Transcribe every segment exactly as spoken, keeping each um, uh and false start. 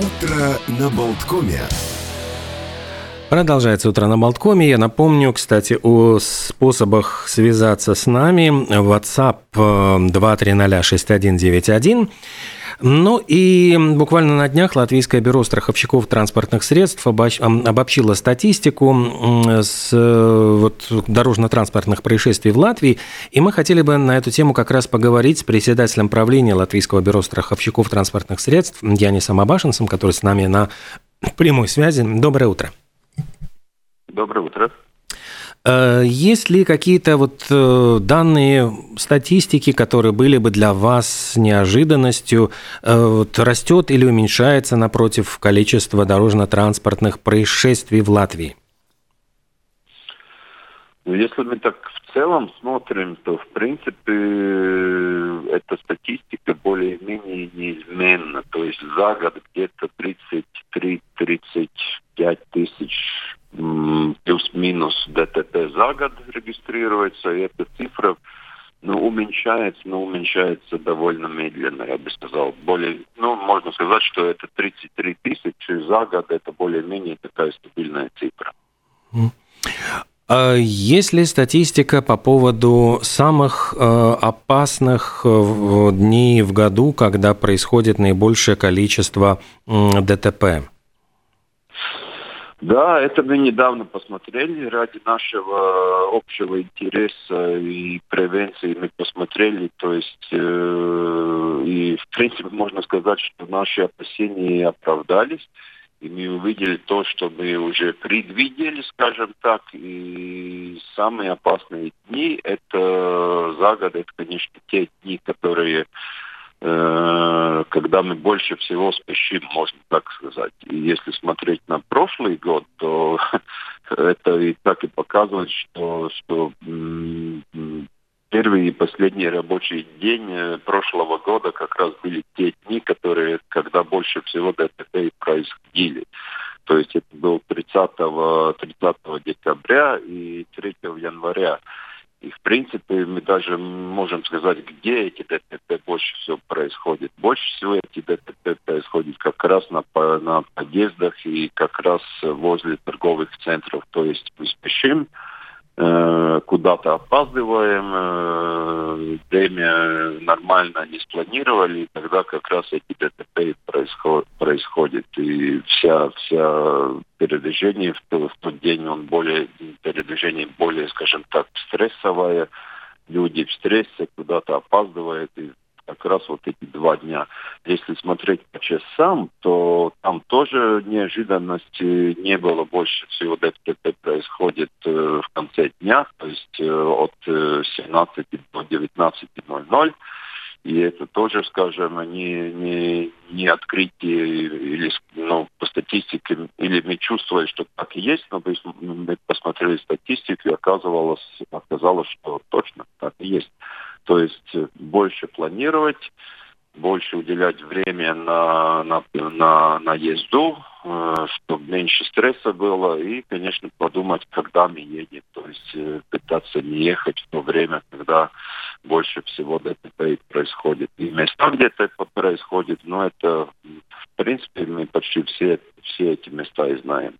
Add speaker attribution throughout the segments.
Speaker 1: Утро на Болткоме.
Speaker 2: Продолжается «Утро на Болткоме». Я напомню, кстати, о способах связаться с нами. WhatsApp два три ноль шесть один девять один. Ну и буквально на днях Латвийское бюро страховщиков транспортных средств обобщило статистику с вот, дорожно-транспортных происшествий в Латвии. И мы хотели бы на эту тему как раз поговорить с председателем правления Латвийского бюро страховщиков транспортных средств Янисом Абашинцем, который с нами на прямой связи. Доброе утро.
Speaker 3: Доброе утро.
Speaker 2: Есть ли какие-то вот данные статистики, которые были бы для вас неожиданностью? Вот растет или уменьшается, напротив, количество дорожно-транспортных происшествий в Латвии?
Speaker 3: Если мы так в целом смотрим, то, в принципе, эта статистика более-менее неизменна. То есть за год где-то тридцать три - тридцать пять тысяч плюс-минус ДТП за год регистрируется, и эта цифра ну, уменьшается, но уменьшается довольно медленно, я бы сказал. Более, ну, можно сказать, что это тридцать три тысячи за год, это более-менее такая стабильная цифра.
Speaker 2: Есть ли статистика по поводу самых опасных дней в году, когда происходит наибольшее количество ДТП?
Speaker 3: Да, это мы недавно посмотрели. Ради нашего общего интереса и превенции мы посмотрели. То есть, э, и в принципе можно сказать, что наши опасения оправдались. И мы увидели то, что мы уже предвидели, скажем так. И самые опасные дни, это за год, это, конечно, те дни, которые... когда мы больше всего спешим, можно так сказать. И если смотреть на прошлый год, то это и так и показывает, что, что первый и последний рабочий день прошлого года как раз были те дни, которые, когда больше всего ДТП происходили. То есть это был тридцатого декабря и третьего января. И, в принципе, мы даже можем сказать, где эти ДТП больше всего происходят. Больше всего эти ДТП происходят как раз на, на подъездах и как раз возле торговых центров. То есть мы спешим, э, куда-то опаздываем, э, время нормально не спланировали, и тогда как раз эти ДТП происход, происходят. И вся, вся передвижение в, в тот день, он более, передвижение более, скажем так, стрессовое. Люди в стрессе куда-то опаздывают. И как раз вот эти два дня. Если смотреть по часам, то там тоже неожиданности не было. Больше всего ДТП происходит э, в конце дня, то есть э, от семнадцати до девятнадцати ноль ноль. И это тоже, скажем, не, не, не открытие или, ну, по статистике, или мы чувствовали, что так и есть, но мы посмотрели статистику, и оказалось, оказалось, что точно так и есть. То есть больше планировать, больше уделять время на, на, на, на езду, э, чтобы меньше стресса было, и, конечно, подумать, когда мы едем. То есть э, пытаться не ехать в то время, когда больше всего ДТП происходит. И места, где это происходит, но это, в принципе, мы почти все, все эти места и знаем.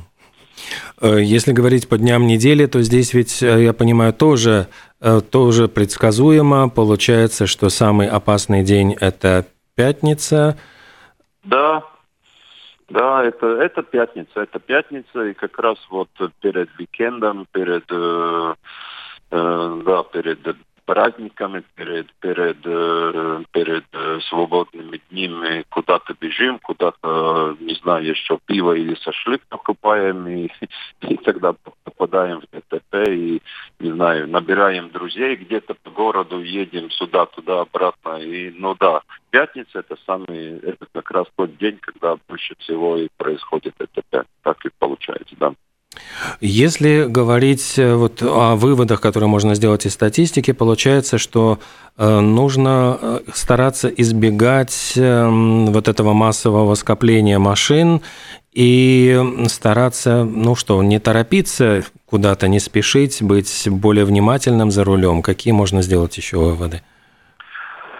Speaker 2: Если говорить по дням недели, то здесь ведь, я понимаю, тоже, тоже предсказуемо. Получается, что самый опасный день – это пятница.
Speaker 3: Да, да, это, это пятница, это пятница, и как раз вот перед уикендом, перед, э, э, да, перед праздниками, перед, перед, перед свободными днями куда-то бежим, куда-то, не знаю, еще пиво или шашлык покупаем, и, и тогда попадаем в ДТП, и, не знаю, набираем друзей где-то по городу, едем сюда, туда, обратно. И, ну да, пятница это самый, это как раз тот день, когда больше всего и происходит ДТП. Так и получается, да.
Speaker 2: Если говорить вот о выводах, которые можно сделать из статистики, получается, что нужно стараться избегать вот этого массового скопления машин и стараться, ну что, не торопиться куда-то, не спешить, быть более внимательным за рулем. Какие можно сделать еще выводы?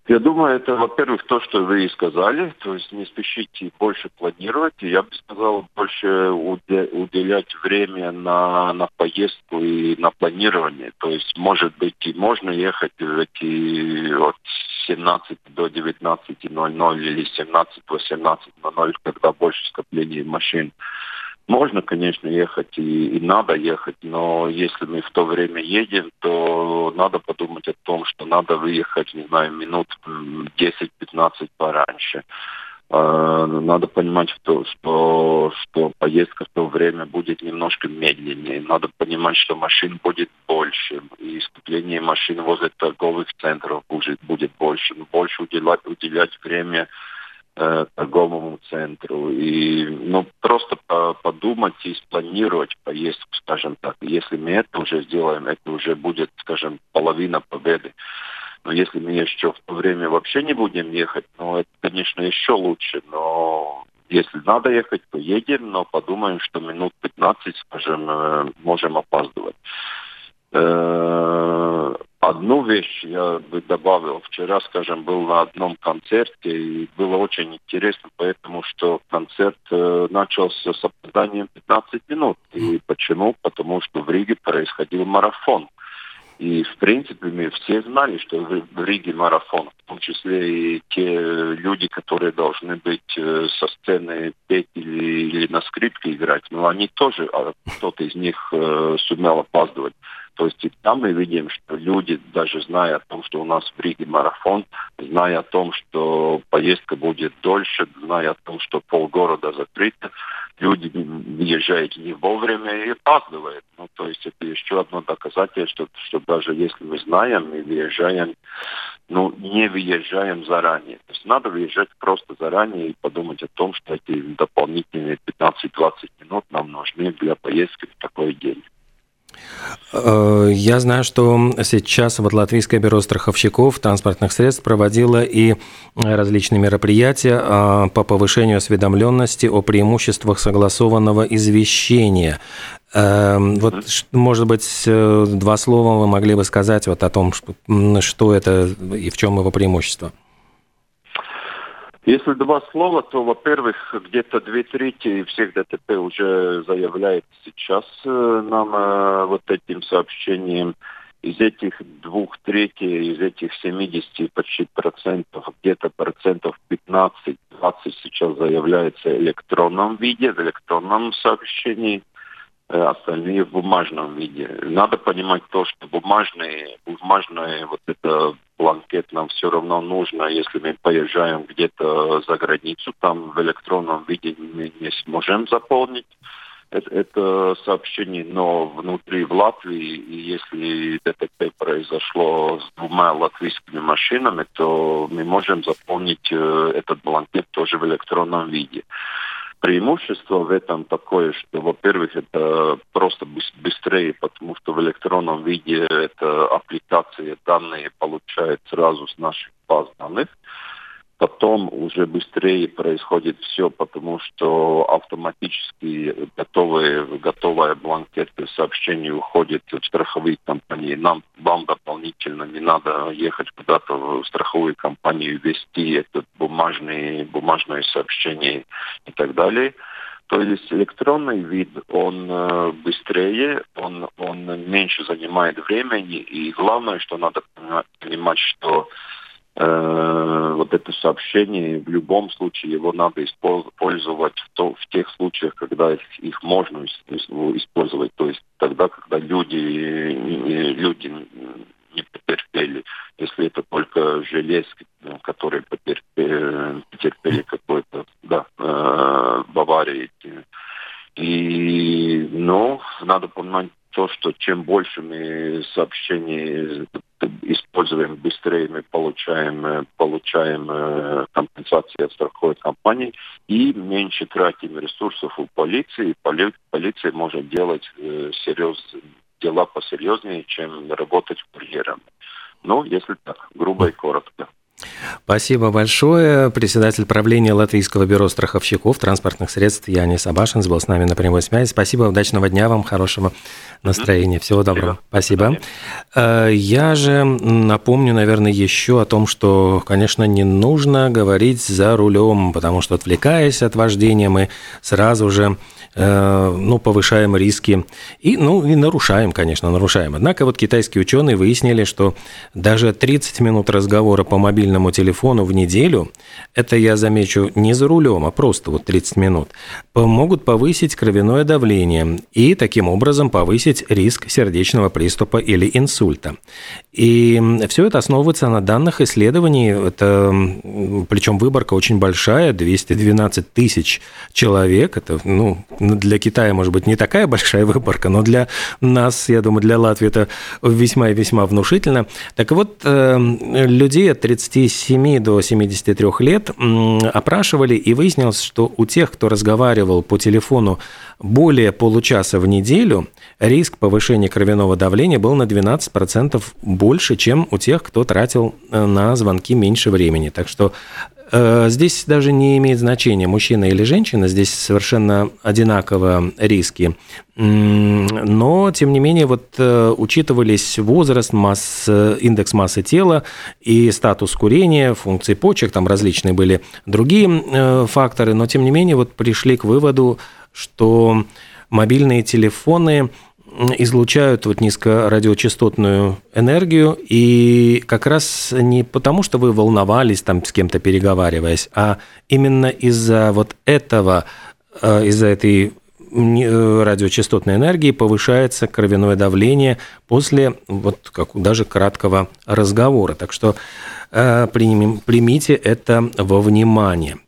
Speaker 3: Я думаю, это, во-первых, то, что вы и сказали, то есть не спешите больше планировать. И я бы сказал, больше уделять время на, на поездку и на планирование. То есть, может быть, и можно ехать в эти от семнадцати до девятнадцати ноль ноль или семнадцати-восемнадцати ноль ноль, когда больше скоплений машин. Можно, конечно, ехать и, и надо ехать, но если мы в то время едем, то надо подумать о том, что надо выехать, не знаю, минут десять-пятнадцать пораньше. Надо понимать, что, что, что поездка в то время будет немножко медленнее. Надо понимать, что машин будет больше. И скопление машин возле торговых центров будет, будет больше. Больше уделять, уделять время торговому центру. И ну, просто подумать и спланировать поездку, скажем так. Если мы это уже сделаем, это уже будет, скажем, половина победы. Но если мы еще в то время вообще не будем ехать, ну, это, конечно, еще лучше. Но если надо ехать, то едем, но подумаем, что минут пятнадцать, скажем, можем опаздывать. Одну вещь я бы добавил. Вчера, скажем, был на одном концерте, и было очень интересно, потому что концерт начался с опозданием пятнадцать минут. И почему? Потому что в Риге происходил марафон. И, в принципе, мы все знали, что в Риге марафон, в том числе и те люди, которые должны быть со сцены петь или, или на скрипке играть, но они тоже, а кто-то из них сумел опаздывать. То есть и там мы видим, что люди, даже зная о том, что у нас в Риге марафон, зная о том, что поездка будет дольше, зная о том, что полгорода закрыто, люди въезжают не вовремя и опаздывают. Ну, то есть это еще одно доказательство, что даже если мы знаем и въезжаем, ну, не выезжаем заранее. То есть надо выезжать просто заранее и подумать о том, что эти дополнительные пятнадцать-двадцать минут нам нужны для поездки в такой день.
Speaker 2: Я знаю, что сейчас вот Латвийское бюро страховщиков транспортных средств проводило и различные мероприятия по повышению осведомленности о преимуществах согласованного извещения. Вот, может быть, два слова вы могли бы сказать вот о том, что это и в чем его преимущество?
Speaker 3: Если два слова, то, во-первых, где-то две трети всех ДТП уже заявляет сейчас нам э, вот этим сообщением. Из этих двух третей, из этих семидесяти почти процентов, где-то процентов пятнадцать-двадцать сейчас заявляется в электронном виде, в электронном сообщении. Остальные в бумажном виде. Надо понимать то, что бумажные, бумажные вот это бланкет нам все равно нужно, если мы поезжаем где-то за границу, там в электронном виде мы не сможем заполнить это, это сообщение, но внутри в Латвии, и если ДТП произошло с двумя латвийскими машинами, то мы можем заполнить этот бланкет тоже в электронном виде. Преимущество в этом такое, что, во-первых, это просто быстрее, потому что в электронном виде это аппликации, данные получают сразу с наших баз данных. Потом уже быстрее происходит все, потому что автоматически готовые, готовые бланкеты сообщений уходят в страховые компании. Нам, вам дополнительно не надо ехать куда-то в страховую компанию, вести это бумажные, бумажные сообщения и так далее. То есть электронный вид, он э, быстрее, он, он меньше занимает времени. И главное, что надо понимать, что вот это сообщение, в любом случае его надо использовать в, то, в тех случаях, когда их, их можно использовать. То есть тогда, когда люди, люди не потерпели. Если это только железки, которые потерпели, потерпели какой-то, да, в аварии. И, ну, надо понимать то, что чем больше мы сообщений используем, быстрее мы получаем, получаем компенсации от страховой компании и меньше тратим ресурсов у полиции. Поли, полиция может делать серьез, дела посерьезнее, чем работать курьером. Ну, если так, грубо и коротко.
Speaker 2: Спасибо большое. Председатель правления Латвийского бюро страховщиков транспортных средств Янис Абашинс был с нами на прямой связи. Спасибо, удачного дня вам, хорошего настроения. Всего доброго. Спасибо. Спасибо. Я же напомню, наверное, еще о том, что, конечно, не нужно говорить за рулем, потому что, отвлекаясь от вождения, мы сразу же ну, повышаем риски и, ну, и нарушаем, конечно, нарушаем. Однако вот китайские ученые выяснили, что даже тридцать минут разговора по мобильному телефону в неделю, это, я замечу, не за рулем, а просто вот тридцать минут, могут повысить кровяное давление и таким образом повысить риск сердечного приступа или инсульта. И все это основывается на данных исследований, это, причем выборка очень большая, двести двенадцать тысяч человек, это, ну, для Китая, может быть, не такая большая выборка, но для нас, я думаю, для Латвии это весьма и весьма внушительно. Так вот, людей от тридцати семи до семидесяти трёх лет опрашивали, и выяснилось, что у тех, кто разговаривал по телефону более получаса в неделю, риск повышения кровяного давления был на двенадцать процентов больше, чем у тех, кто тратил на звонки меньше времени. Так что здесь даже не имеет значения, мужчина или женщина, здесь совершенно одинаковые риски. Но, тем не менее, вот учитывались возраст, масс, индекс массы тела и статус курения, функции почек, там различные были другие факторы, но, тем не менее, вот пришли к выводу, что мобильные телефоны излучают вот низкорадиочастотную энергию, и как раз не потому, что вы волновались там с кем-то переговариваясь, а именно из-за вот этого, из-за этой радиочастотной энергии повышается кровяное давление после вот как даже краткого разговора. Так что примем, примите это во внимание.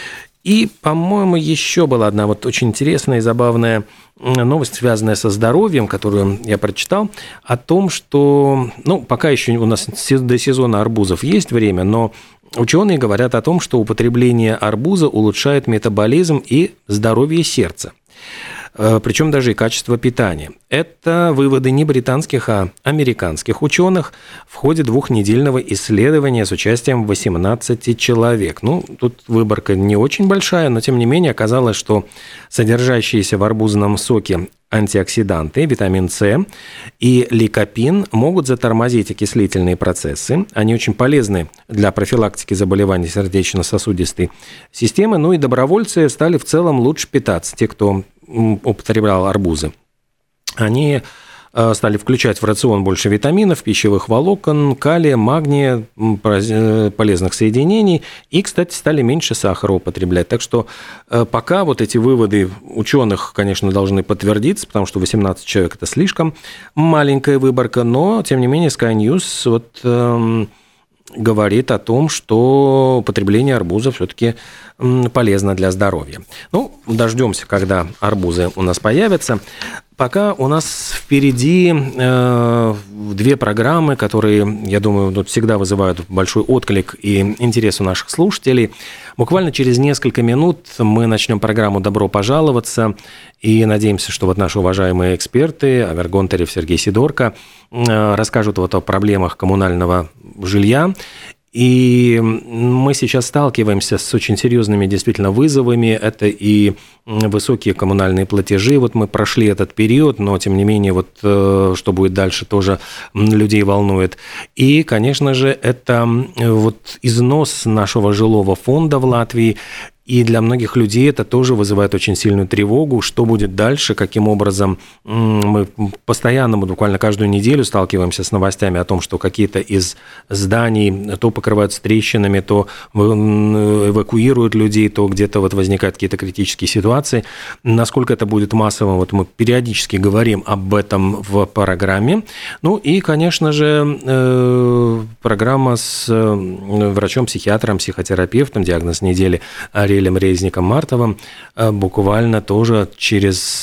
Speaker 2: И, по-моему, еще была одна вот очень интересная и забавная новость, связанная со здоровьем, которую я прочитал, о том, что, ну, пока еще у нас до сезона арбузов есть время, но ученые говорят о том, что употребление арбуза улучшает метаболизм и здоровье сердца. Причем даже и качество питания. Это выводы не британских, а американских ученых в ходе двухнедельного исследования с участием восемнадцати человек. Ну, тут выборка не очень большая, но тем не менее оказалось, что содержащиеся в арбузном соке антиоксиданты, витамин С и ликопин могут затормозить окислительные процессы. Они очень полезны для профилактики заболеваний сердечно-сосудистой системы. Ну и добровольцы стали в целом лучше питаться, те, кто употреблял арбузы. Они стали включать в рацион больше витаминов, пищевых волокон, калия, магния, полезных соединений и, кстати, стали меньше сахара употреблять. Так что пока вот эти выводы ученых, конечно, должны подтвердиться, потому что восемнадцать человек – это слишком маленькая выборка, но, тем не менее, Sky News вот, эм, говорит о том, что употребление арбуза все-таки полезно для здоровья. Ну, дождемся, когда арбузы у нас появятся. Пока у нас впереди э, две программы, которые, я думаю, тут всегда вызывают большой отклик и интерес у наших слушателей. Буквально через несколько минут мы начнем программу «Добро пожаловаться», и надеемся, что вот наши уважаемые эксперты, Авер Гонтарев, Сергей Сидорко, э, расскажут вот о проблемах коммунального жилья. И мы сейчас сталкиваемся с очень серьезными действительно вызовами. Это и высокие коммунальные платежи. Вот мы прошли этот период, но тем не менее, вот что будет дальше, тоже людей волнует. И, конечно же, это вот износ нашего жилого фонда в Латвии. И для многих людей это тоже вызывает очень сильную тревогу, что будет дальше, каким образом мы постоянно, мы буквально каждую неделю сталкиваемся с новостями о том, что какие-то из зданий то покрываются трещинами, то эвакуируют людей, то где-то вот возникают какие-то критические ситуации. Насколько это будет массовым, вот мы периодически говорим об этом в программе. Ну и, конечно же, программа с врачом-психиатром, психотерапевтом, диагноз недели Ариэлем Резником Мартовым буквально тоже через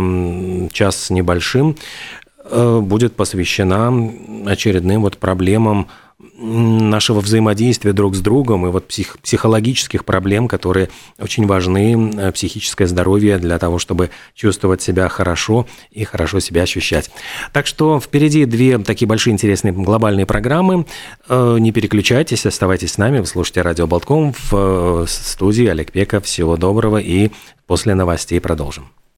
Speaker 2: час с небольшим будет посвящена очередным вот проблемам нашего взаимодействия друг с другом и вот псих, психологических проблем, которые очень важны, психическое здоровье для того, чтобы чувствовать себя хорошо и хорошо себя ощущать. Так что впереди две такие большие интересные глобальные программы. Не переключайтесь, оставайтесь с нами. Вы слушаете радио Болтком, в студии Олег Пеков. Всего доброго и после новостей продолжим.